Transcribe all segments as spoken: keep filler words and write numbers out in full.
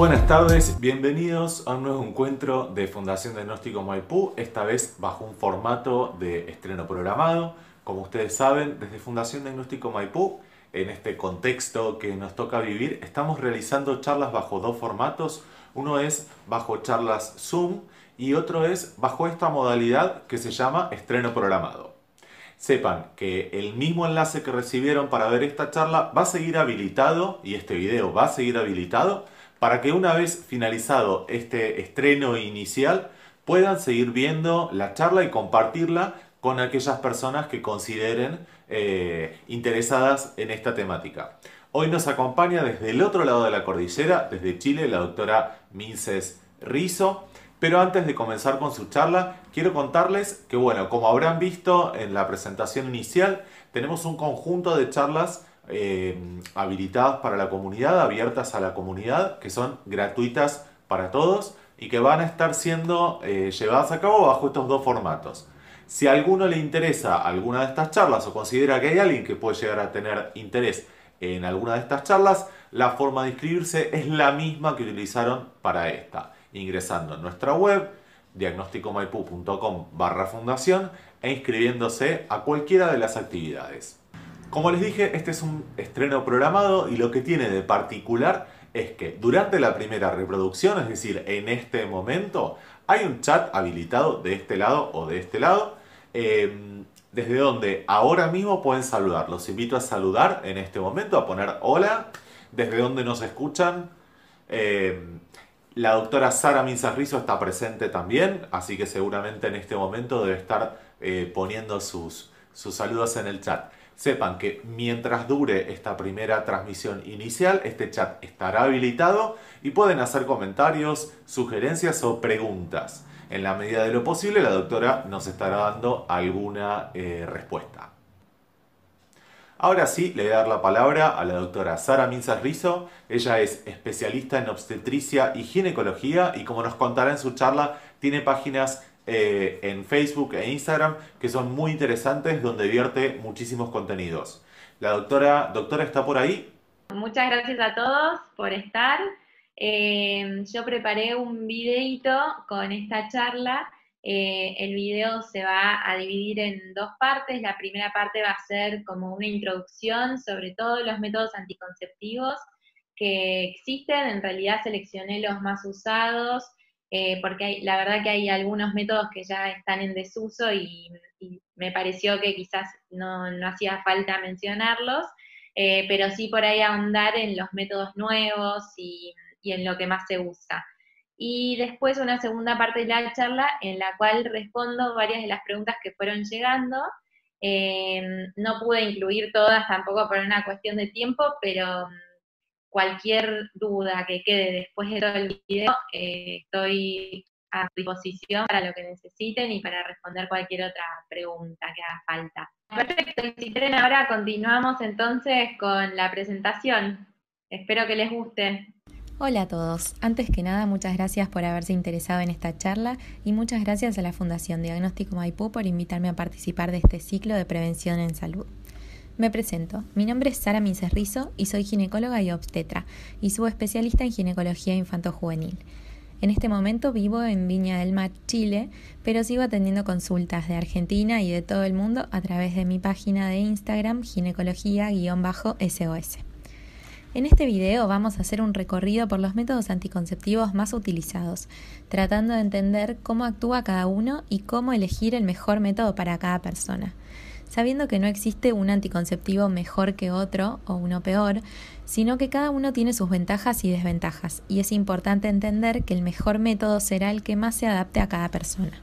Buenas tardes, bienvenidos a un nuevo encuentro de Fundación Diagnóstico Maipú, esta vez bajo un formato de estreno programado. Como ustedes saben, desde Fundación Diagnóstico Maipú, en este contexto que nos toca vivir, estamos realizando charlas bajo dos formatos. Uno es bajo charlas Zoom y otro es bajo esta modalidad que se llama estreno programado. Sepan que el mismo enlace que recibieron para ver esta charla va a seguir habilitado y este video va a seguir habilitado para que una vez finalizado este estreno inicial puedan seguir viendo la charla y compartirla con aquellas personas que consideren eh, interesadas en esta temática. Hoy nos acompaña desde el otro lado de la cordillera, desde Chile, la doctora Minces Rizo. Pero antes de comenzar con su charla, quiero contarles que, bueno, como habrán visto en la presentación inicial, tenemos un conjunto de charlas eh, habilitadas para la comunidad, abiertas a la comunidad, que son gratuitas para todos y que van a estar siendo eh, llevadas a cabo bajo estos dos formatos. Si a alguno le interesa alguna de estas charlas o considera que hay alguien que puede llegar a tener interés en alguna de estas charlas, la forma de inscribirse es la misma que utilizaron para esta, ingresando en nuestra web diagnósticomaipu punto com barra fundación e inscribiéndose a cualquiera de las actividades. Como les dije, este es un estreno programado y lo que tiene de particular es que durante la primera reproducción, es decir, en este momento, hay un chat habilitado de este lado o de este lado, eh, desde donde ahora mismo pueden saludar. Los invito a saludar en este momento, a poner hola, desde donde nos escuchan. Eh, La doctora Sara Minces Rizo está presente también, así que seguramente en este momento debe estar eh, poniendo sus, sus saludos en el chat. Sepan que mientras dure esta primera transmisión inicial, este chat estará habilitado y pueden hacer comentarios, sugerencias o preguntas. En la medida de lo posible, la doctora nos estará dando alguna eh, respuesta. Ahora sí, le voy a dar la palabra a la doctora Sara Minces Rizo. Ella es especialista en obstetricia y ginecología y, como nos contará en su charla, tiene páginas eh, en Facebook e Instagram que son muy interesantes, donde vierte muchísimos contenidos. La doctora, doctora ¿está por ahí? Muchas gracias a todos por estar. Eh, yo preparé un videito con esta charla. Eh, el video se va a dividir en dos partes. La primera parte va a ser como una introducción sobre todos los métodos anticonceptivos que existen. En realidad seleccioné los más usados, eh, porque hay, la verdad que hay algunos métodos que ya están en desuso y, y me pareció que quizás no, no hacía falta mencionarlos, eh, pero sí por ahí ahondar en los métodos nuevos y, y en lo que más se usa. Y después una segunda parte de la charla en la cual respondo varias de las preguntas que fueron llegando. Eh, no pude incluir todas tampoco por una cuestión de tiempo, pero cualquier duda que quede después de todo el video, eh, estoy a disposición para lo que necesiten y para responder cualquier otra pregunta que haga falta. Perfecto, y si quieren ahora continuamos entonces con la presentación. Espero que les guste. Hola a todos. Antes que nada, muchas gracias por haberse interesado en esta charla y muchas gracias a la Fundación Diagnóstico Maipú por invitarme a participar de este ciclo de prevención en salud. Me presento. Mi nombre es Sara Minces Rizo y soy ginecóloga y obstetra y subespecialista en ginecología infanto-juvenil. En este momento vivo en Viña del Mar, Chile, pero sigo atendiendo consultas de Argentina y de todo el mundo a través de mi página de Instagram ginecología-S O S. En este video vamos a hacer un recorrido por los métodos anticonceptivos más utilizados, tratando de entender cómo actúa cada uno y cómo elegir el mejor método para cada persona. Sabiendo que no existe un anticonceptivo mejor que otro o uno peor, sino que cada uno tiene sus ventajas y desventajas, y es importante entender que el mejor método será el que más se adapte a cada persona.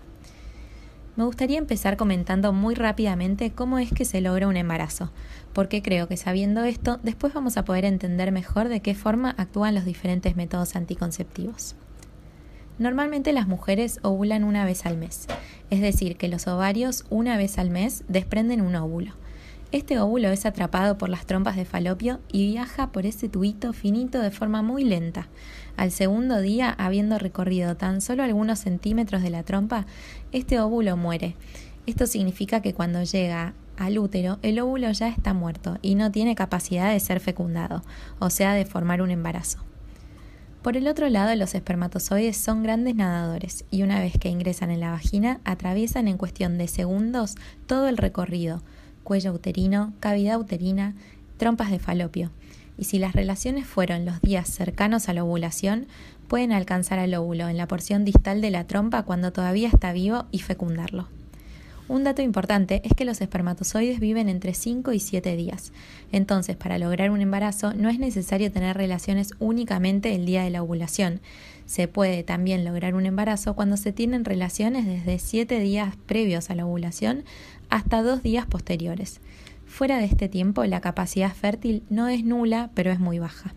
Me gustaría empezar comentando muy rápidamente cómo es que se logra un embarazo, porque creo que sabiendo esto, después vamos a poder entender mejor de qué forma actúan los diferentes métodos anticonceptivos. Normalmente las mujeres ovulan una vez al mes, es decir, que los ovarios una vez al mes desprenden un óvulo. Este óvulo es atrapado por las trompas de falopio y viaja por ese tubito finito de forma muy lenta. Al segundo día, habiendo recorrido tan solo algunos centímetros de la trompa, este óvulo muere. Esto significa que cuando llega al útero, el óvulo ya está muerto y no tiene capacidad de ser fecundado, o sea, de formar un embarazo. Por el otro lado, los espermatozoides son grandes nadadores y una vez que ingresan en la vagina, atraviesan en cuestión de segundos todo el recorrido, cuello uterino, cavidad uterina, trompas de falopio. Y si las relaciones fueron los días cercanos a la ovulación, pueden alcanzar al óvulo en la porción distal de la trompa cuando todavía está vivo y fecundarlo. Un dato importante es que los espermatozoides viven entre cinco y siete días. Entonces, para lograr un embarazo no es necesario tener relaciones únicamente el día de la ovulación. Se puede también lograr un embarazo cuando se tienen relaciones desde siete días previos a la ovulación hasta dos días posteriores. Fuera de este tiempo, la capacidad fértil no es nula, pero es muy baja.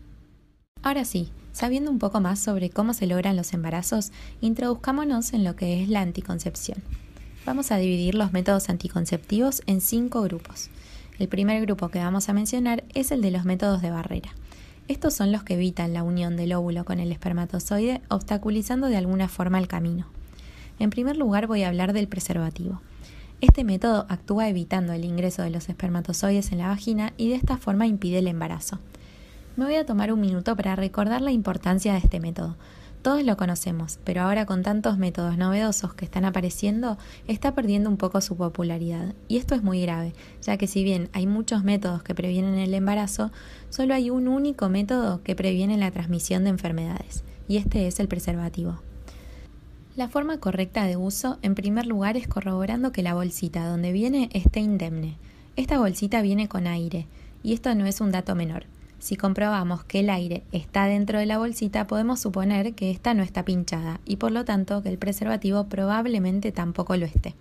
Ahora sí, sabiendo un poco más sobre cómo se logran los embarazos, introduzcámonos en lo que es la anticoncepción. Vamos a dividir los métodos anticonceptivos en cinco grupos. El primer grupo que vamos a mencionar es el de los métodos de barrera. Estos son los que evitan la unión del óvulo con el espermatozoide, obstaculizando de alguna forma el camino. En primer lugar voy a hablar del preservativo. Este método actúa evitando el ingreso de los espermatozoides en la vagina y de esta forma impide el embarazo. Me voy a tomar un minuto para recordar la importancia de este método. Todos lo conocemos, pero ahora con tantos métodos novedosos que están apareciendo, está perdiendo un poco su popularidad. Y esto es muy grave, ya que si bien hay muchos métodos que previenen el embarazo, solo hay un único método que previene la transmisión de enfermedades, y este es el preservativo. La forma correcta de uso, en primer lugar, es corroborando que la bolsita donde viene esté indemne. Esta bolsita viene con aire, y esto no es un dato menor. Si comprobamos que el aire está dentro de la bolsita, podemos suponer que ésta no está pinchada y por lo tanto que el preservativo probablemente tampoco lo esté.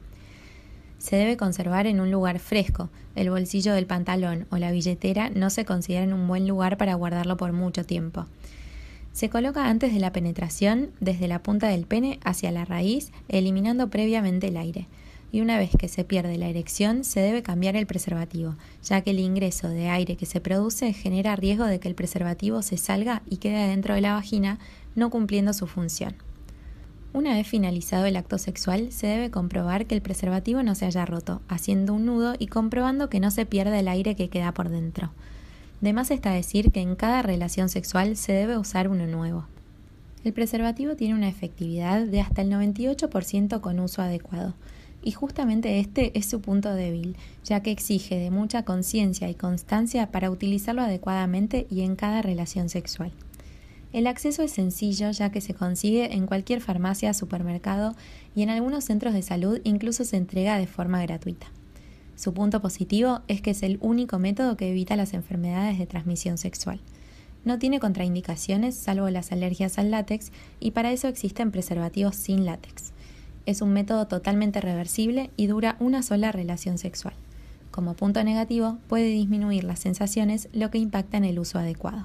Se debe conservar en un lugar fresco. El bolsillo del pantalón o la billetera no se consideran un buen lugar para guardarlo por mucho tiempo. Se coloca antes de la penetración, desde la punta del pene hacia la raíz, eliminando previamente el aire. Y una vez que se pierde la erección, se debe cambiar el preservativo, ya que el ingreso de aire que se produce genera riesgo de que el preservativo se salga y quede dentro de la vagina, no cumpliendo su función. Una vez finalizado el acto sexual, se debe comprobar que el preservativo no se haya roto, haciendo un nudo y comprobando que no se pierda el aire que queda por dentro. De más está decir que en cada relación sexual se debe usar uno nuevo. El preservativo tiene una efectividad de hasta el noventa y ocho por ciento con uso adecuado. Y justamente este es su punto débil, ya que exige de mucha conciencia y constancia para utilizarlo adecuadamente y en cada relación sexual. El acceso es sencillo, ya que se consigue en cualquier farmacia, supermercado y en algunos centros de salud incluso se entrega de forma gratuita. Su punto positivo es que es el único método que evita las enfermedades de transmisión sexual. No tiene contraindicaciones salvo las alergias al látex y para eso existen preservativos sin látex. Es un método totalmente reversible y dura una sola relación sexual. Como punto negativo, puede disminuir las sensaciones, lo que impacta en el uso adecuado.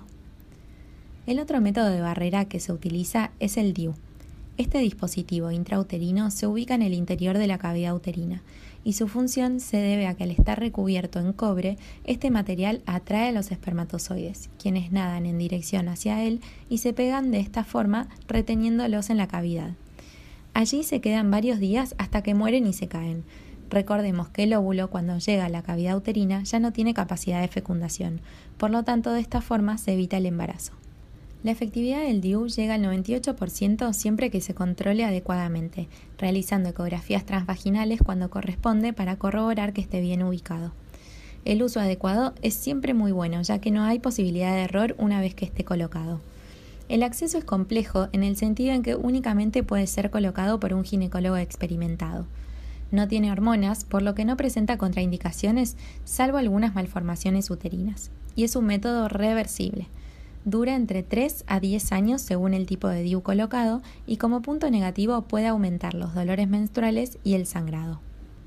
El otro método de barrera que se utiliza es el D I U. Este dispositivo intrauterino se ubica en el interior de la cavidad uterina y su función se debe a que al estar recubierto en cobre, este material atrae a los espermatozoides, quienes nadan en dirección hacia él y se pegan de esta forma reteniéndolos en la cavidad. Allí se quedan varios días hasta que mueren y se caen. Recordemos que el óvulo, cuando llega a la cavidad uterina, ya no tiene capacidad de fecundación, por lo tanto de esta forma se evita el embarazo. La efectividad del D I U llega al noventa y ocho por ciento siempre que se controle adecuadamente, realizando ecografías transvaginales cuando corresponde para corroborar que esté bien ubicado. El uso adecuado es siempre muy bueno, ya que no hay posibilidad de error una vez que esté colocado. El acceso es complejo en el sentido en que únicamente puede ser colocado por un ginecólogo experimentado. No tiene hormonas, por lo que no presenta contraindicaciones, salvo algunas malformaciones uterinas. Y es un método reversible. Dura entre tres a diez años según el tipo de D I U colocado y como punto negativo puede aumentar los dolores menstruales y el sangrado.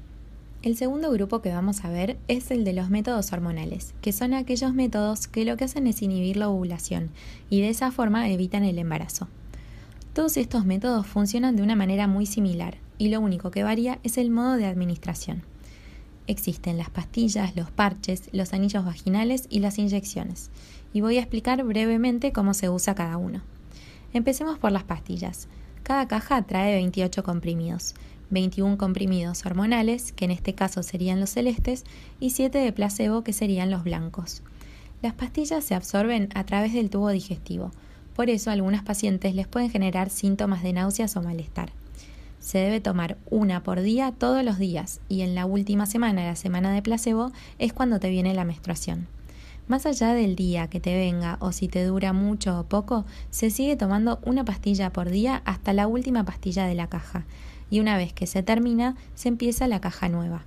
El segundo grupo que vamos a ver es el de los métodos hormonales, que son aquellos métodos que lo que hacen es inhibir la ovulación y de esa forma evitan el embarazo. Todos estos métodos funcionan de una manera muy similar y lo único que varía es el modo de administración. Existen las pastillas, los parches, los anillos vaginales y las inyecciones, y voy a explicar brevemente cómo se usa cada uno. Empecemos por las pastillas. Cada caja trae veintiocho comprimidos. veintiún comprimidos hormonales, que en este caso serían los celestes, y siete de placebo, que serían los blancos. Las pastillas se absorben a través del tubo digestivo. Por eso a algunas pacientes les pueden generar síntomas de náuseas o malestar. Se debe tomar una por día todos los días y en la última semana, la semana de placebo, es cuando te viene la menstruación. Más allá del día que te venga o si te dura mucho o poco, se sigue tomando una pastilla por día hasta la última pastilla de la caja y una vez que se termina, se empieza la caja nueva.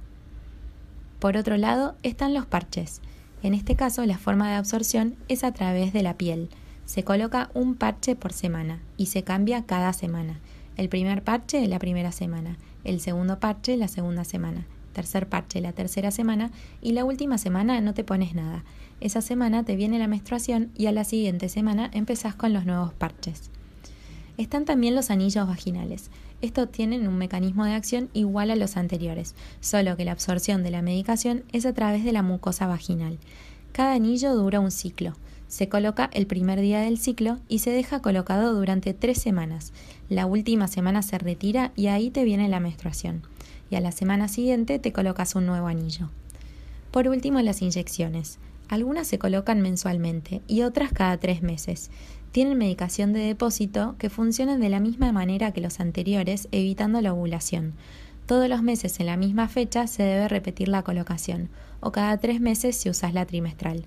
Por otro lado, están los parches. En este caso, la forma de absorción es a través de la piel. Se coloca un parche por semana y se cambia cada semana. El primer parche la primera semana, el segundo parche la segunda semana, tercer parche la tercera semana y la última semana no te pones nada. Esa semana te viene la menstruación y a la siguiente semana empezás con los nuevos parches. Están también los anillos vaginales. Estos tienen un mecanismo de acción igual a los anteriores, solo que la absorción de la medicación es a través de la mucosa vaginal. Cada anillo dura un ciclo. Se coloca el primer día del ciclo y se deja colocado durante tres semanas. La última semana se retira y ahí te viene la menstruación. Y a la semana siguiente te colocas un nuevo anillo. Por último, las inyecciones. Algunas se colocan mensualmente y otras cada tres meses. Tienen medicación de depósito que funciona de la misma manera que los anteriores, evitando la ovulación. Todos los meses en la misma fecha se debe repetir la colocación, o cada tres meses si usas la trimestral.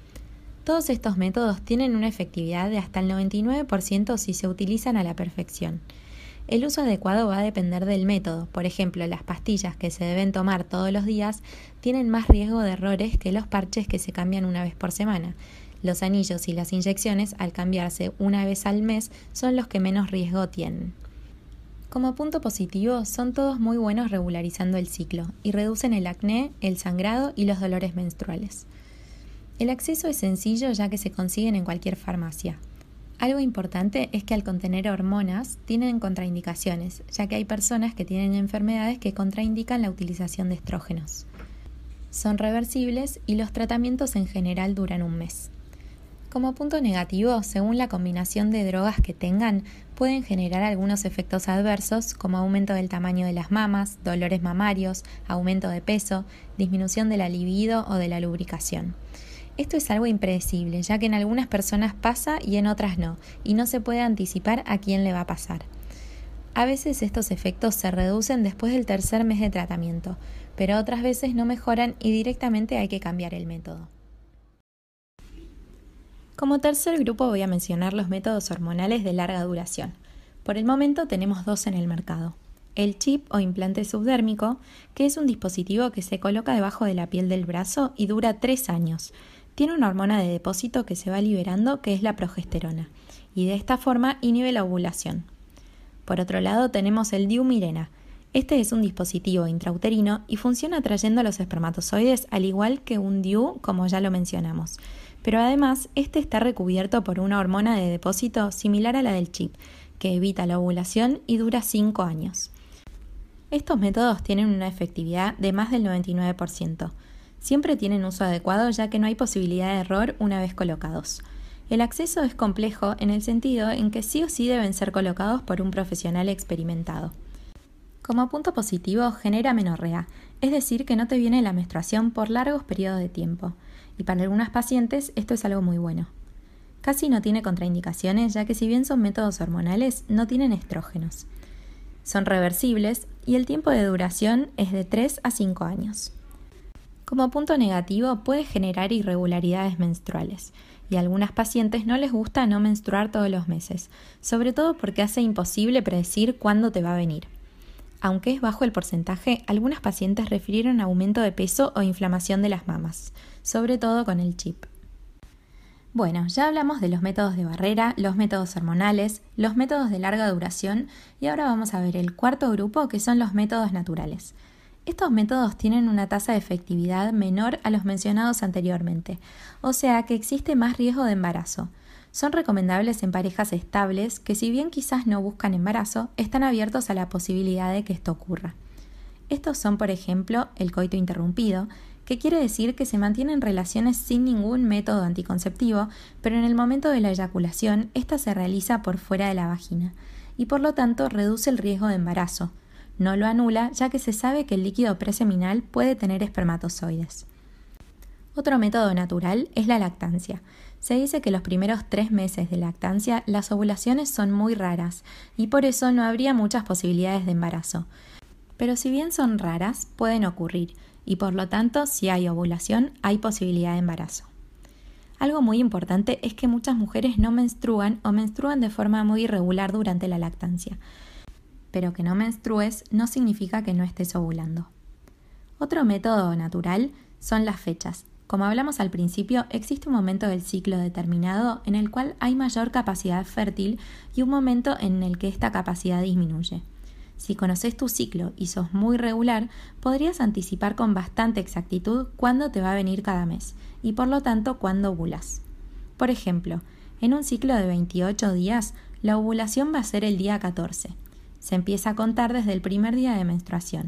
Todos estos métodos tienen una efectividad de hasta el noventa y nueve por ciento si se utilizan a la perfección. El uso adecuado va a depender del método. Por ejemplo, las pastillas que se deben tomar todos los días tienen más riesgo de errores que los parches que se cambian una vez por semana. Los anillos y las inyecciones, al cambiarse una vez al mes, son los que menos riesgo tienen. Como punto positivo, son todos muy buenos regularizando el ciclo y reducen el acné, el sangrado y los dolores menstruales. El acceso es sencillo ya que se consiguen en cualquier farmacia. Algo importante es que al contener hormonas tienen contraindicaciones, ya que hay personas que tienen enfermedades que contraindican la utilización de estrógenos. Son reversibles y los tratamientos en general duran un mes. Como punto negativo, según la combinación de drogas que tengan, pueden generar algunos efectos adversos como aumento del tamaño de las mamas, dolores mamarios, aumento de peso, disminución de la libido o de la lubricación. Esto es algo impredecible, ya que en algunas personas pasa y en otras no, y no se puede anticipar a quién le va a pasar. A veces estos efectos se reducen después del tercer mes de tratamiento, pero otras veces no mejoran y directamente hay que cambiar el método. Como tercer grupo voy a mencionar los métodos hormonales de larga duración. Por el momento tenemos dos en el mercado. El chip o implante subdérmico, que es un dispositivo que se coloca debajo de la piel del brazo y dura tres años. Tiene una hormona de depósito que se va liberando, que es la progesterona, y de esta forma inhibe la ovulación. Por otro lado tenemos el D I U Mirena. Este es un dispositivo intrauterino y funciona atrayendo a los espermatozoides al igual que un D I U, como ya lo mencionamos. Pero además, este está recubierto por una hormona de depósito similar a la del chip, que evita la ovulación y dura cinco años. Estos métodos tienen una efectividad de más del noventa y nueve por ciento. Siempre tienen uso adecuado ya que no hay posibilidad de error una vez colocados. El acceso es complejo en el sentido en que sí o sí deben ser colocados por un profesional experimentado. Como punto positivo, genera menorrea, es decir que no te viene la menstruación por largos periodos de tiempo, y para algunas pacientes esto es algo muy bueno. Casi no tiene contraindicaciones ya que si bien son métodos hormonales, no tienen estrógenos. Son reversibles y el tiempo de duración es de tres a cinco años. Como punto negativo, puede generar irregularidades menstruales y a algunas pacientes no les gusta no menstruar todos los meses, sobre todo porque hace imposible predecir cuándo te va a venir. Aunque es bajo el porcentaje, algunas pacientes refirieron aumento de peso o inflamación de las mamas, sobre todo con el chip. Bueno, ya hablamos de los métodos de barrera, los métodos hormonales, los métodos de larga duración y ahora vamos a ver el cuarto grupo que son los métodos naturales. Estos métodos tienen una tasa de efectividad menor a los mencionados anteriormente, o sea que existe más riesgo de embarazo. Son recomendables en parejas estables que si bien quizás no buscan embarazo, están abiertos a la posibilidad de que esto ocurra. Estos son, por ejemplo, el coito interrumpido, que quiere decir que se mantienen relaciones sin ningún método anticonceptivo, pero en el momento de la eyaculación, esta se realiza por fuera de la vagina y por lo tanto reduce el riesgo de embarazo. No lo anula ya que se sabe que el líquido preseminal puede tener espermatozoides. Otro método natural es la lactancia. Se dice que los primeros tres meses de lactancia las ovulaciones son muy raras y por eso no habría muchas posibilidades de embarazo. Pero si bien son raras, pueden ocurrir y por lo tanto, si hay ovulación, hay posibilidad de embarazo. Algo muy importante es que muchas mujeres no menstruan o menstruan de forma muy irregular durante la lactancia. Pero que no menstrues no significa que no estés ovulando. Otro método natural son las fechas. Como hablamos al principio, existe un momento del ciclo determinado en el cual hay mayor capacidad fértil y un momento en el que esta capacidad disminuye. Si conoces tu ciclo y sos muy regular, podrías anticipar con bastante exactitud cuándo te va a venir cada mes y por lo tanto cuándo ovulas. Por ejemplo, en un ciclo de veintiocho días, la ovulación va a ser el día catorce. Se empieza a contar desde el primer día de menstruación.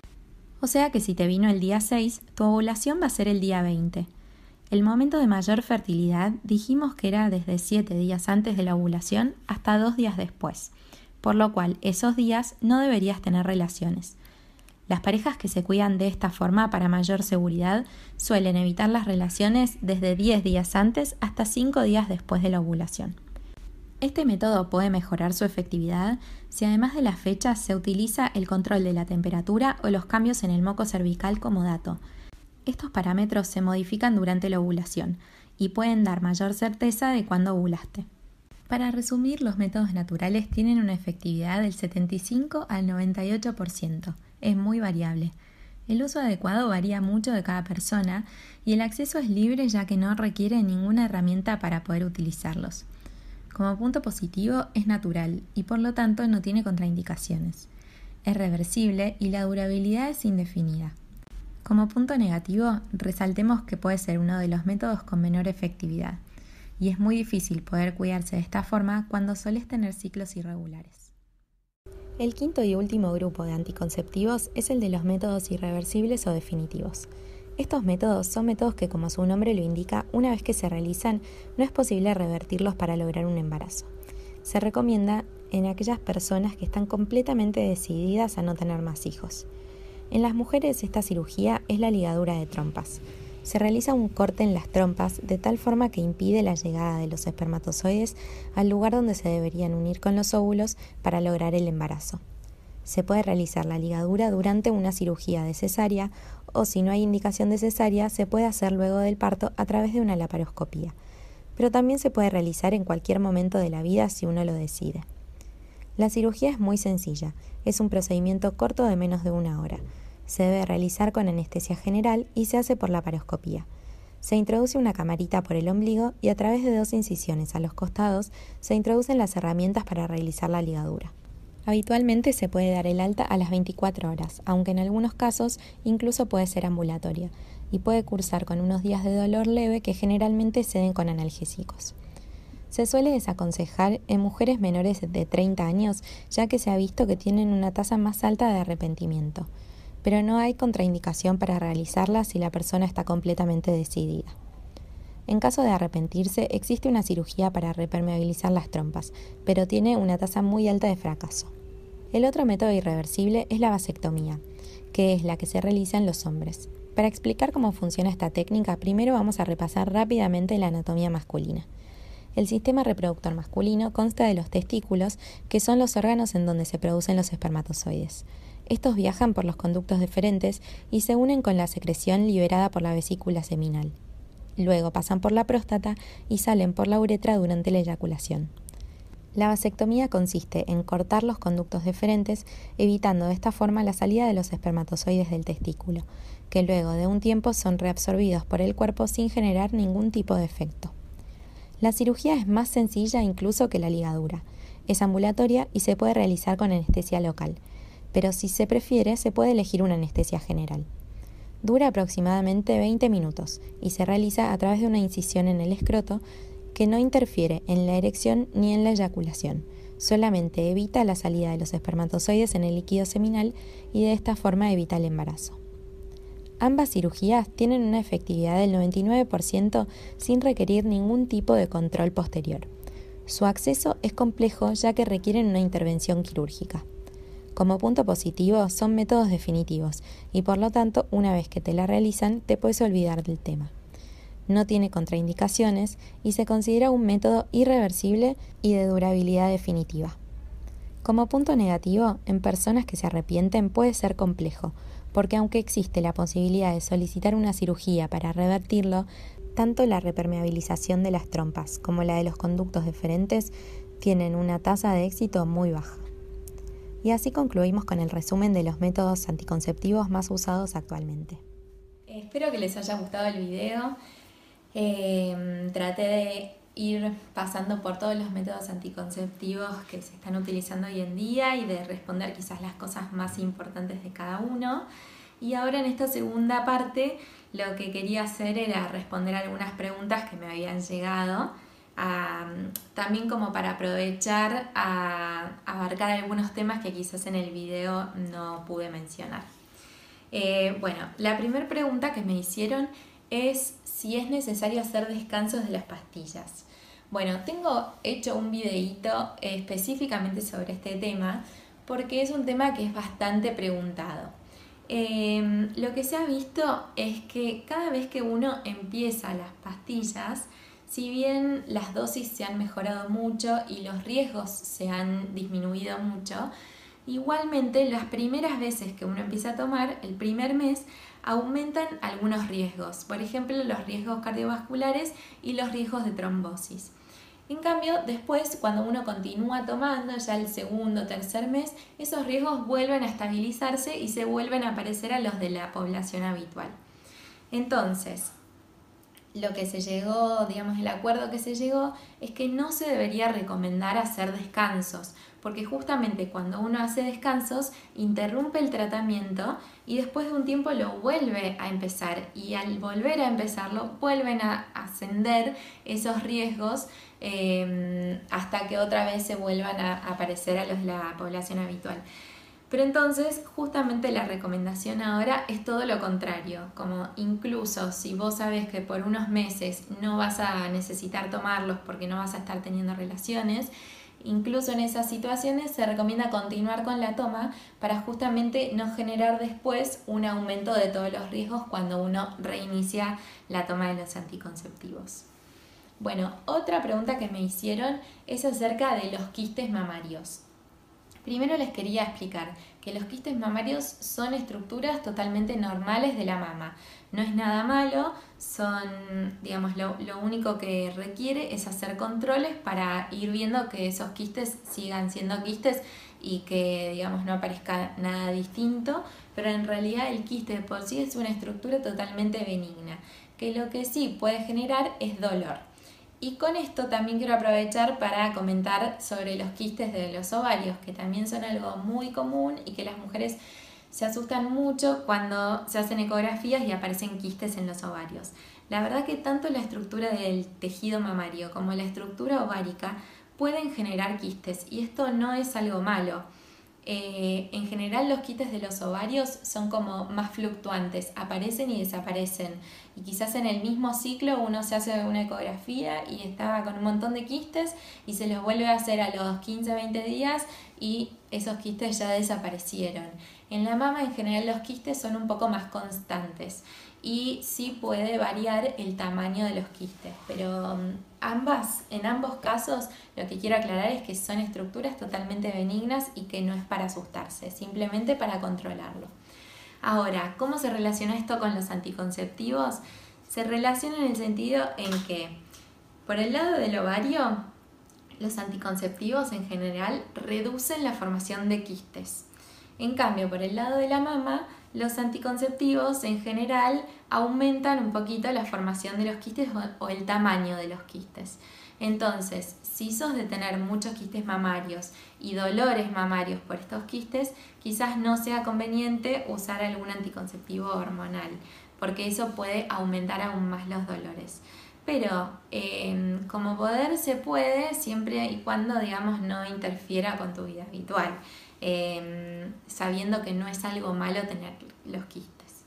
O sea que si te vino el día seis, tu ovulación va a ser el día veinte. El momento de mayor fertilidad dijimos que era desde siete días antes de la ovulación hasta dos días después, por lo cual esos días no deberías tener relaciones. Las parejas que se cuidan de esta forma para mayor seguridad suelen evitar las relaciones desde diez días antes hasta cinco días después de la ovulación. Este método puede mejorar su efectividad si además de las fechas se utiliza el control de la temperatura o los cambios en el moco cervical como dato. Estos parámetros se modifican durante la ovulación y pueden dar mayor certeza de cuándo ovulaste. Para resumir, los métodos naturales tienen una efectividad del setenta y cinco al noventa y ocho por ciento. Es muy variable. El uso adecuado varía mucho de cada persona y el acceso es libre ya que no requiere ninguna herramienta para poder utilizarlos. Como punto positivo, es natural y por lo tanto no tiene contraindicaciones. Es reversible y la durabilidad es indefinida. Como punto negativo, resaltemos que puede ser uno de los métodos con menor efectividad y es muy difícil poder cuidarse de esta forma cuando solés tener ciclos irregulares. El quinto y último grupo de anticonceptivos es el de los métodos irreversibles o definitivos. Estos métodos son métodos que, como su nombre lo indica, una vez que se realizan, no es posible revertirlos para lograr un embarazo. Se recomienda en aquellas personas que están completamente decididas a no tener más hijos. En las mujeres esta cirugía es la ligadura de trompas. Se realiza un corte en las trompas de tal forma que impide la llegada de los espermatozoides al lugar donde se deberían unir con los óvulos para lograr el embarazo. Se puede realizar la ligadura durante una cirugía de cesárea o si no hay indicación de cesárea, se puede hacer luego del parto a través de una laparoscopía. Pero también se puede realizar en cualquier momento de la vida si uno lo decide. La cirugía es muy sencilla, es un procedimiento corto de menos de una hora. Se debe realizar con anestesia general y se hace por laparoscopía. Se introduce una camarita por el ombligo y a través de dos incisiones a los costados se introducen las herramientas para realizar la ligadura. Habitualmente se puede dar el alta a las veinticuatro horas, aunque en algunos casos incluso puede ser ambulatoria y puede cursar con unos días de dolor leve que generalmente ceden con analgésicos. Se suele desaconsejar en mujeres menores de treinta años, ya que se ha visto que tienen una tasa más alta de arrepentimiento, pero no hay contraindicación para realizarla si la persona está completamente decidida. En caso de arrepentirse, existe una cirugía para repermeabilizar las trompas, pero tiene una tasa muy alta de fracaso. El otro método irreversible es la vasectomía, que es la que se realiza en los hombres. Para explicar cómo funciona esta técnica, primero vamos a repasar rápidamente la anatomía masculina. El sistema reproductor masculino consta de los testículos, que son los órganos en donde se producen los espermatozoides. Estos viajan por los conductos deferentes y se unen con la secreción liberada por la vesícula seminal. Luego pasan por la próstata y salen por la uretra durante la eyaculación. La vasectomía consiste en cortar los conductos deferentes, evitando de esta forma la salida de los espermatozoides del testículo, que luego de un tiempo son reabsorbidos por el cuerpo sin generar ningún tipo de efecto. La cirugía es más sencilla incluso que la ligadura. Es ambulatoria y se puede realizar con anestesia local, pero si se prefiere se puede elegir una anestesia general. Dura aproximadamente veinte minutos y se realiza a través de una incisión en el escroto que no interfiere en la erección ni en la eyaculación, solamente evita la salida de los espermatozoides en el líquido seminal y de esta forma evita el embarazo. Ambas cirugías tienen una efectividad del noventa y nueve por ciento sin requerir ningún tipo de control posterior. Su acceso es complejo ya que requieren una intervención quirúrgica. Como punto positivo, son métodos definitivos y por lo tanto, una vez que te la realizan, te puedes olvidar del tema. no tiene contraindicaciones y se considera un método irreversible y de durabilidad definitiva. Como punto negativo, en personas que se arrepienten puede ser complejo, porque aunque existe la posibilidad de solicitar una cirugía para revertirlo, tanto la repermeabilización de las trompas como la de los conductos deferentes tienen una tasa de éxito muy baja. Y así concluimos con el resumen de los métodos anticonceptivos más usados actualmente. Espero que les haya gustado el video. Eh, traté de ir pasando por todos los métodos anticonceptivos que se están utilizando hoy en día y de responder quizás las cosas más importantes de cada uno. Y ahora en esta segunda parte lo que quería hacer era responder algunas preguntas que me habían llegado, um, también como para aprovechar a abarcar algunos temas que quizás en el video no pude mencionar. Eh, bueno, la primera pregunta que me hicieron es si es necesario hacer descansos de las pastillas. Bueno, tengo hecho un videíto específicamente sobre este tema porque es un tema que es bastante preguntado. Eh, lo que se ha visto es que cada vez que uno empieza las pastillas, si bien las dosis se han mejorado mucho y los riesgos se han disminuido mucho, igualmente las primeras veces que uno empieza a tomar, el primer mes, aumentan algunos riesgos, por ejemplo los riesgos cardiovasculares y los riesgos de trombosis. En cambio, después, cuando uno continúa tomando, ya el segundo o tercer mes, esos riesgos vuelven a estabilizarse y se vuelven a parecer a los de la población habitual. Entonces, lo que se llegó, digamos, el acuerdo que se llegó es que no se debería recomendar hacer descansos, porque justamente cuando uno hace descansos interrumpe el tratamiento y después de un tiempo lo vuelve a empezar, y al volver a empezarlo vuelven a ascender esos riesgos eh, hasta que otra vez se vuelvan a aparecer a los de la población habitual. Pero entonces justamente la recomendación ahora es todo lo contrario, como incluso si vos sabés que por unos meses no vas a necesitar tomarlos porque no vas a estar teniendo relaciones, incluso en esas situaciones se recomienda continuar con la toma para justamente no generar después un aumento de todos los riesgos cuando uno reinicia la toma de los anticonceptivos. Bueno, otra pregunta que me hicieron es acerca de los quistes mamarios. Primero les quería explicar que los quistes mamarios son estructuras totalmente normales de la mama. No es nada malo, son, digamos, lo, lo único que requiere es hacer controles para ir viendo que esos quistes sigan siendo quistes y que, digamos, no aparezca nada distinto, pero en realidad el quiste por sí es una estructura totalmente benigna, que lo que sí puede generar es dolor. Y con esto también quiero aprovechar para comentar sobre los quistes de los ovarios, que también son algo muy común y que las mujeres se asustan mucho cuando se hacen ecografías y aparecen quistes en los ovarios. La verdad que tanto la estructura del tejido mamario como la estructura ovárica pueden generar quistes y esto no es algo malo. Eh, en general los quistes de los ovarios son como más fluctuantes, aparecen y desaparecen, y quizás en el mismo ciclo uno se hace una ecografía y estaba con un montón de quistes y se los vuelve a hacer a los quince a veinte días y esos quistes ya desaparecieron. En la mama en general los quistes son un poco más constantes y sí puede variar el tamaño de los quistes, pero ambas, en ambos casos lo que quiero aclarar es que son estructuras totalmente benignas y que no es para asustarse, simplemente para controlarlo. Ahora, ¿cómo se relaciona esto con los anticonceptivos? Se relaciona en el sentido en que, por el lado del ovario, los anticonceptivos en general reducen la formación de quistes. En cambio, por el lado de la mama, los anticonceptivos en general aumentan un poquito la formación de los quistes o el tamaño de los quistes. Entonces, si sos de tener muchos quistes mamarios y dolores mamarios por estos quistes, quizás no sea conveniente usar algún anticonceptivo hormonal, porque eso puede aumentar aún más los dolores. Pero eh, como poder se puede siempre y cuando, digamos, no interfiera con tu vida habitual. Eh, sabiendo que no es algo malo tener los quistes.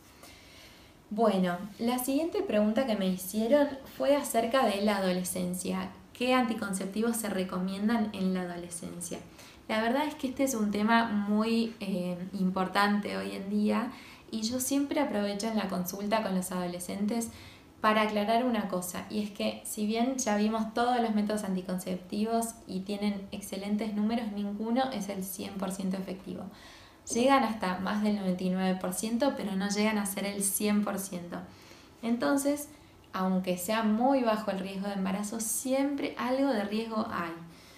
Bueno, la siguiente pregunta que me hicieron fue acerca de la adolescencia. ¿Qué anticonceptivos se recomiendan en la adolescencia? La verdad es que este es un tema muy eh, importante hoy en día y yo siempre aprovecho en la consulta con los adolescentes para aclarar una cosa, y es que si bien ya vimos todos los métodos anticonceptivos y tienen excelentes números, ninguno es el cien por ciento efectivo. Llegan hasta más del noventa y nueve por ciento, pero no llegan a ser el cien por ciento. Entonces, aunque sea muy bajo el riesgo de embarazo, siempre algo de riesgo hay.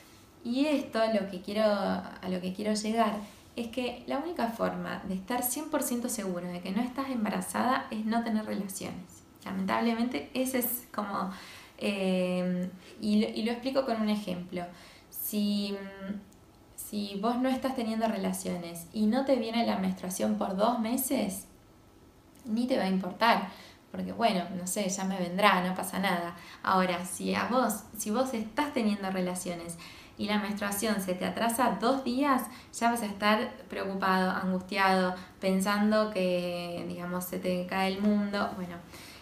Y esto a lo que quiero, a lo que quiero llegar es que la única forma de estar cien por ciento seguro de que no estás embarazada es no tener relaciones. Lamentablemente ese es como, eh, y, lo, y lo explico con un ejemplo. Si, si vos no estás teniendo relaciones y no te viene la menstruación por dos meses, ni te va a importar, porque bueno, no sé, ya me vendrá, no pasa nada. Ahora, si a vos, si vos estás teniendo relaciones y la menstruación se te atrasa dos días, ya vas a estar preocupado, angustiado, pensando que, digamos, se te cae el mundo, bueno.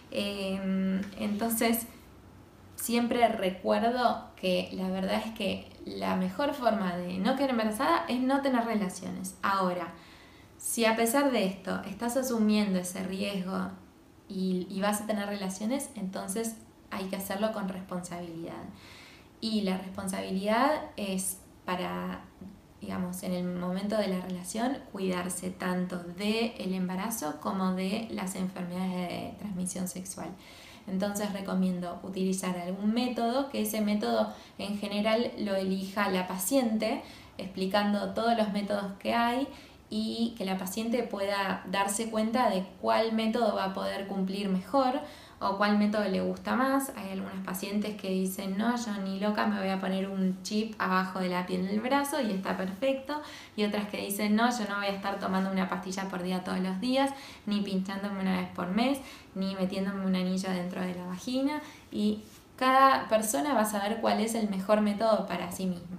Eh, entonces, siempre recuerdo que la verdad es que la mejor forma de no quedar embarazada es no tener relaciones. Ahora, si a pesar de esto estás asumiendo ese riesgo y, y vas a tener relaciones, entonces hay que hacerlo con responsabilidad. Y la responsabilidad es para, digamos, en el momento de la relación, cuidarse tanto del embarazo como de las enfermedades de transmisión sexual. Entonces recomiendo utilizar algún método, que ese método en general lo elija la paciente, explicando todos los métodos que hay y que la paciente pueda darse cuenta de cuál método va a poder cumplir mejor o cuál método le gusta más. Hay algunas pacientes que dicen, no, yo ni loca me voy a poner un chip abajo de la piel del brazo y está perfecto, y otras que dicen, no, yo no voy a estar tomando una pastilla por día todos los días, ni pinchándome una vez por mes, ni metiéndome un anillo dentro de la vagina, y cada persona va a saber cuál es el mejor método para sí misma.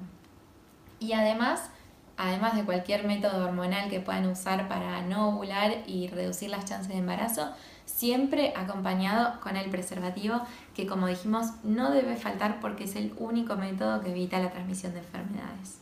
Y además, además de cualquier método hormonal que puedan usar para no ovular y reducir las chances de embarazo, siempre acompañado con el preservativo, que como dijimos no debe faltar porque es el único método que evita la transmisión de enfermedades.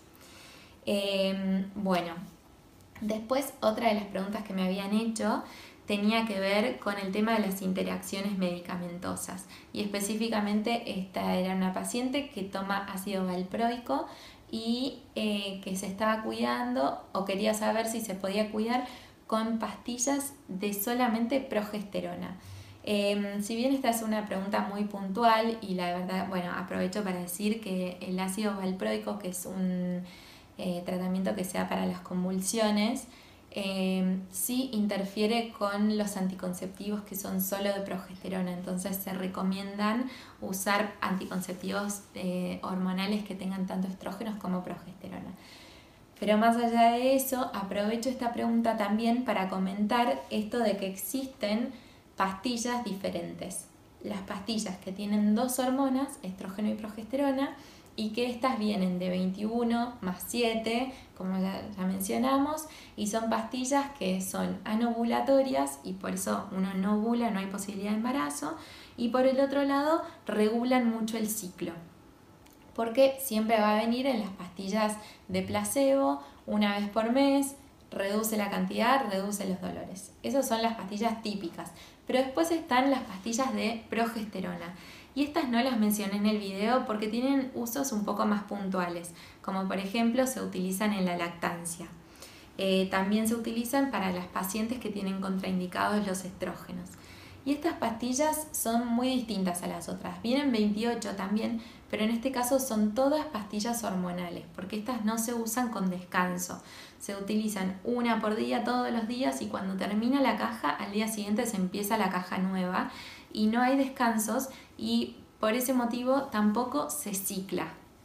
Eh, bueno, después otra de las preguntas que me habían hecho tenía que ver con el tema de las interacciones medicamentosas, y específicamente esta era una paciente que toma ácido valproico y eh, que se estaba cuidando o quería saber si se podía cuidar con pastillas de solamente progesterona. Eh, si bien esta es una pregunta muy puntual, y la verdad, bueno, aprovecho para decir que el ácido valproico, que es un eh, tratamiento que se da para las convulsiones, eh, sí interfiere con los anticonceptivos que son solo de progesterona, entonces se recomiendan usar anticonceptivos eh, hormonales que tengan tanto estrógenos como progesterona. Pero más allá de eso, aprovecho esta pregunta también para comentar esto de que existen pastillas diferentes. Las pastillas que tienen dos hormonas, estrógeno y progesterona, y que estas vienen de veintiuno más siete, como ya, ya mencionamos, y son pastillas que son anovulatorias y por eso uno no ovula, no hay posibilidad de embarazo, y por el otro lado regulan mucho el ciclo, porque siempre va a venir en las pastillas de placebo, una vez por mes, reduce la cantidad, reduce los dolores. Esas son las pastillas típicas, pero después están las pastillas de progesterona, y estas no las mencioné en el video porque tienen usos un poco más puntuales, como por ejemplo se utilizan en la lactancia. Eh, también se utilizan para las pacientes que tienen contraindicados los estrógenos. Y estas pastillas son muy distintas a las otras. Vienen veintiocho también, pero en este caso son todas pastillas hormonales, porque estas no se usan con descanso. Se utilizan una por día todos los días, y cuando termina la caja, al día siguiente se empieza la caja nueva y no hay descansos, y por ese motivo tampoco se cicla.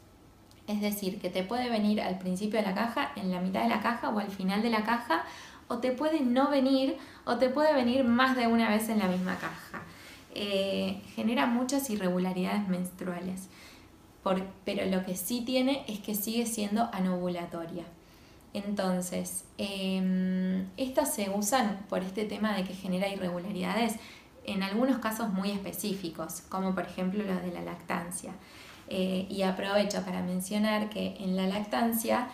Es decir, que te puede venir al principio de la caja, en la mitad de la caja o al final de la caja, o te puede no venir, o te puede venir más de una vez en la misma caja. Eh, genera muchas irregularidades menstruales, por, pero lo que sí tiene es que sigue siendo anovulatoria. Entonces, eh, estas se usan por este tema de que genera irregularidades en algunos casos muy específicos, como por ejemplo los de la lactancia. Eh, y aprovecho para mencionar que en la lactancia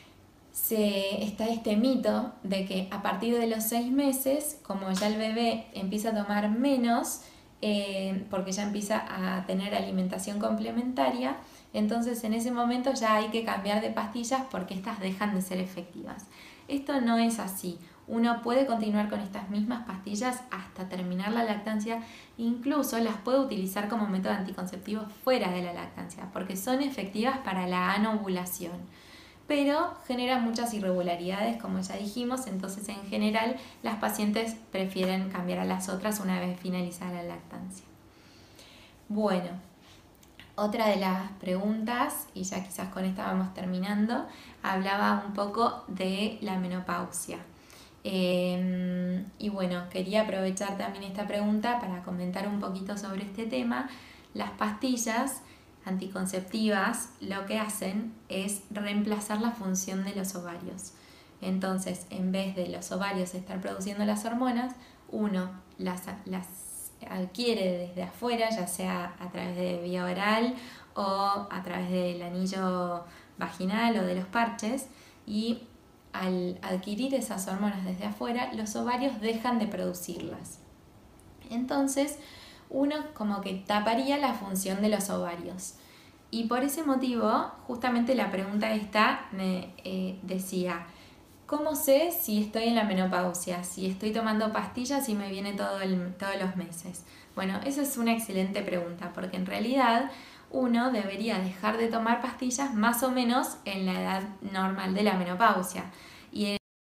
se, está este mito de que a partir de los seis meses, como ya el bebé empieza a tomar menos, eh, porque ya empieza a tener alimentación complementaria, entonces en ese momento ya hay que cambiar de pastillas porque estas dejan de ser efectivas. Esto no es así. Uno puede continuar con estas mismas pastillas hasta terminar la lactancia, incluso las puede utilizar como método anticonceptivo fuera de la lactancia, porque son efectivas para la anovulación, pero generan muchas irregularidades, como ya dijimos, entonces en general las pacientes prefieren cambiar a las otras una vez finalizada la lactancia. Bueno, otra de las preguntas, y ya quizás con esta vamos terminando, hablaba un poco de la menopausia. Eh, y bueno, quería aprovechar también esta pregunta para comentar un poquito sobre este tema. Las pastillas anticonceptivas lo que hacen es reemplazar la función de los ovarios. Entonces, en vez de los ovarios estar produciendo las hormonas, uno las, las adquiere desde afuera, ya sea a través de vía oral o a través del anillo vaginal o de los parches, y al adquirir esas hormonas desde afuera, los ovarios dejan de producirlas. Entonces, uno como que taparía la función de los ovarios. Y por ese motivo, justamente la pregunta esta me eh, decía, ¿cómo sé si estoy en la menopausia? Si estoy tomando pastillas y me viene todo el, todos los meses. Bueno, esa es una excelente pregunta, porque en realidad uno debería dejar de tomar pastillas más o menos en la edad normal de la menopausia. Y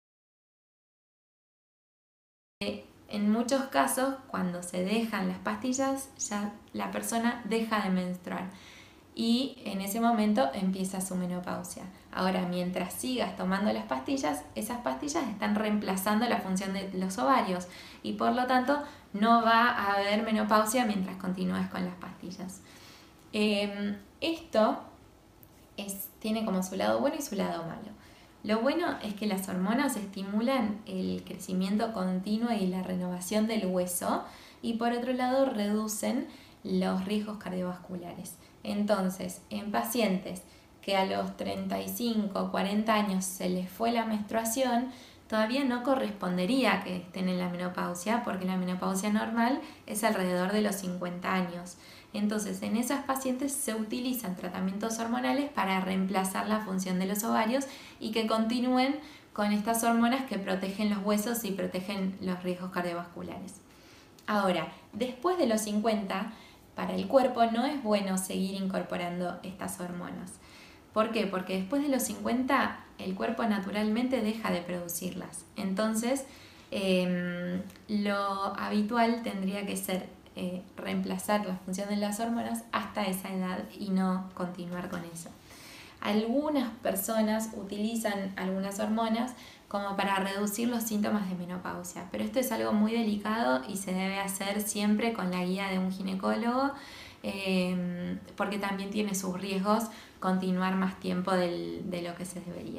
en, en muchos casos, cuando se dejan las pastillas, ya la persona deja de menstruar. Y en ese momento empieza su menopausia. Ahora, mientras sigas tomando las pastillas, esas pastillas están reemplazando la función de los ovarios y por lo tanto no va a haber menopausia mientras continúes con las pastillas. Eh, esto es, tiene como su lado bueno y su lado malo. Lo bueno es que las hormonas estimulan el crecimiento continuo y la renovación del hueso y por otro lado reducen los riesgos cardiovasculares. Entonces, en pacientes que a los treinta y cinco o cuarenta años se les fue la menstruación, todavía no correspondería que estén en la menopausia, porque la menopausia normal es alrededor de los cincuenta años. Entonces, en esas pacientes se utilizan tratamientos hormonales para reemplazar la función de los ovarios y que continúen con estas hormonas que protegen los huesos y protegen los riesgos cardiovasculares. Ahora, después de los cincuenta, para el cuerpo no es bueno seguir incorporando estas hormonas. ¿Por qué? Porque después de los cincuenta el cuerpo naturalmente deja de producirlas. Entonces, eh, lo habitual tendría que ser eh, reemplazar la función de las hormonas hasta esa edad y no continuar con eso. Algunas personas utilizan algunas hormonas como para reducir los síntomas de menopausia, pero esto es algo muy delicado y se debe hacer siempre con la guía de un ginecólogo, eh, porque también tiene sus riesgos continuar más tiempo del, de lo que se debería.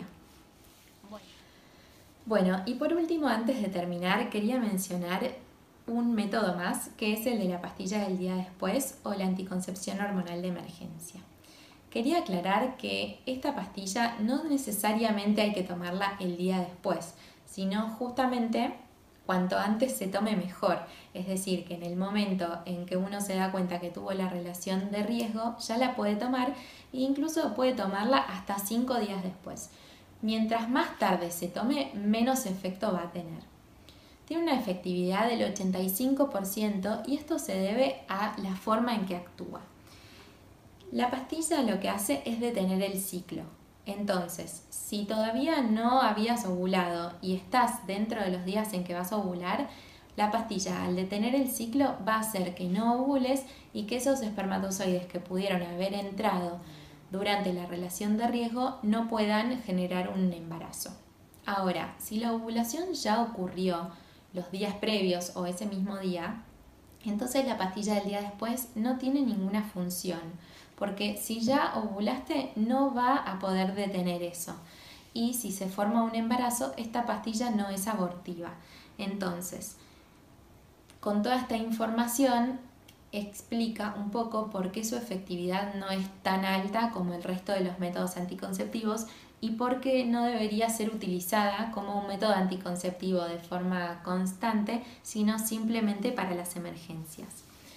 Bueno, y por último, antes de terminar, quería mencionar un método más, que es el de la pastilla del día después o la anticoncepción hormonal de emergencia. Quería aclarar que esta pastilla no necesariamente hay que tomarla el día después, sino justamente cuanto antes se tome mejor. Es decir, que en el momento en que uno se da cuenta que tuvo la relación de riesgo, ya la puede tomar e incluso puede tomarla hasta cinco días después. Mientras más tarde se tome, menos efecto va a tener. Tiene una efectividad del ochenta y cinco por ciento y esto se debe a la forma en que actúa. La pastilla lo que hace es detener el ciclo. Entonces, si todavía no habías ovulado y estás dentro de los días en que vas a ovular, la pastilla al detener el ciclo va a hacer que no ovules y que esos espermatozoides que pudieron haber entrado durante la relación de riesgo no puedan generar un embarazo. Ahora, si la ovulación ya ocurrió los días previos o ese mismo día, entonces la pastilla del día después no tiene ninguna función, porque si ya ovulaste no va a poder detener eso. Y si se forma un embarazo, esta pastilla no es abortiva. Entonces, con toda esta información explica un poco por qué su efectividad no es tan alta como el resto de los métodos anticonceptivos y por qué no debería ser utilizada como un método anticonceptivo de forma constante, sino simplemente para las emergencias.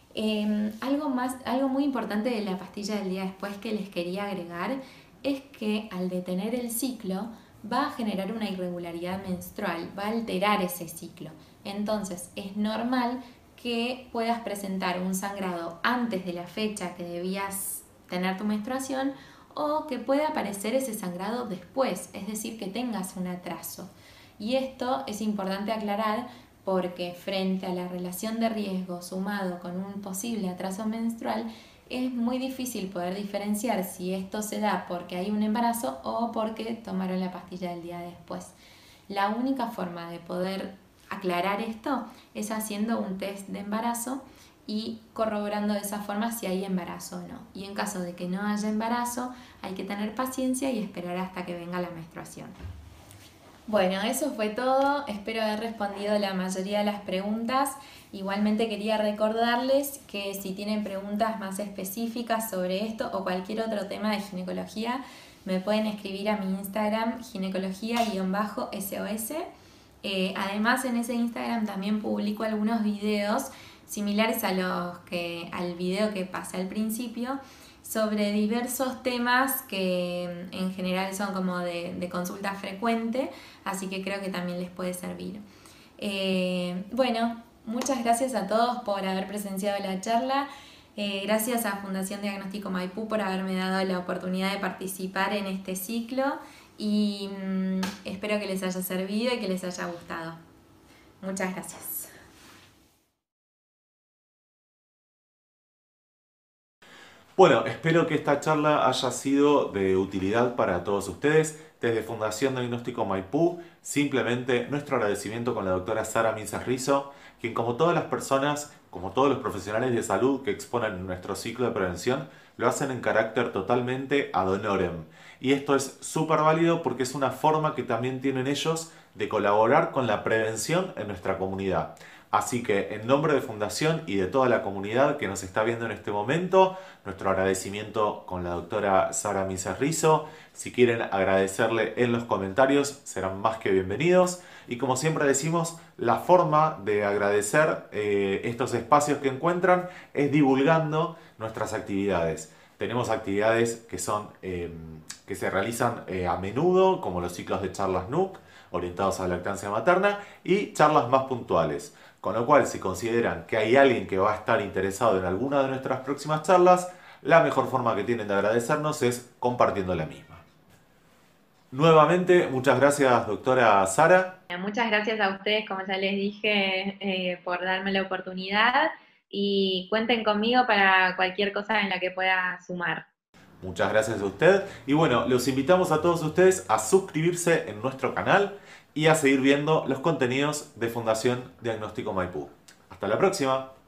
Eh, algo más, algo muy importante de la pastilla del día después que les quería agregar es que al detener el ciclo va a generar una irregularidad menstrual, va a alterar ese ciclo. Entonces es normal que puedas presentar un sangrado antes de la fecha que debías tener tu menstruación o que pueda aparecer ese sangrado después, es decir, que tengas un atraso. Y esto es importante aclarar porque frente a la relación de riesgo sumado con un posible atraso menstrual, es muy difícil poder diferenciar si esto se da porque hay un embarazo o porque tomaron la pastilla del día después. La única forma de poder aclarar esto es haciendo un test de embarazo y corroborando de esa forma si hay embarazo o no. Y en caso de que no haya embarazo, hay que tener paciencia y esperar hasta que venga la menstruación. Bueno, eso fue todo. Espero haber respondido la mayoría de las preguntas. Igualmente quería recordarles que si tienen preguntas más específicas sobre esto o cualquier otro tema de ginecología, me pueden escribir a mi Instagram, ginecología-S O S. Eh, además, en ese Instagram también publico algunos videos similares a los que, al video que pasé al principio, sobre diversos temas que en general son como de, de consulta frecuente, así que creo que también les puede servir. Eh, bueno, muchas gracias a todos por haber presenciado la charla. Eh, gracias a Fundación Diagnóstico Maipú por haberme dado la oportunidad de participar en este ciclo y mmm, espero que les haya servido y que les haya gustado. Muchas gracias. Bueno, espero que esta charla haya sido de utilidad para todos ustedes. Desde Fundación Diagnóstico Maipú, simplemente nuestro agradecimiento con la doctora Sara Minzas Rizo, quien como todas las personas, como todos los profesionales de salud que exponen nuestro ciclo de prevención, lo hacen en carácter totalmente ad honorem. Y esto es súper válido porque es una forma que también tienen ellos de colaborar con la prevención en nuestra comunidad. Así que en nombre de Fundación y de toda la comunidad que nos está viendo en este momento, nuestro agradecimiento con la doctora Sara Minzas Rizo. Si quieren agradecerle en los comentarios, serán más que bienvenidos. Y como siempre decimos, la forma de agradecer eh, estos espacios que encuentran es divulgando nuestras actividades. Tenemos actividades que, son, eh, que se realizan eh, a menudo, como los ciclos de charlas N U C, orientados a la lactancia materna, y charlas más puntuales. Con lo cual, si consideran que hay alguien que va a estar interesado en alguna de nuestras próximas charlas, la mejor forma que tienen de agradecernos es compartiendo la misma. Nuevamente, muchas gracias, doctora Sara. Muchas gracias a ustedes, como ya les dije, eh, por darme la oportunidad y cuenten conmigo para cualquier cosa en la que pueda sumar. Muchas gracias a usted. Y bueno, los invitamos a todos ustedes a suscribirse en nuestro canal y a seguir viendo los contenidos de Fundación Diagnóstico Maipú. Hasta la próxima.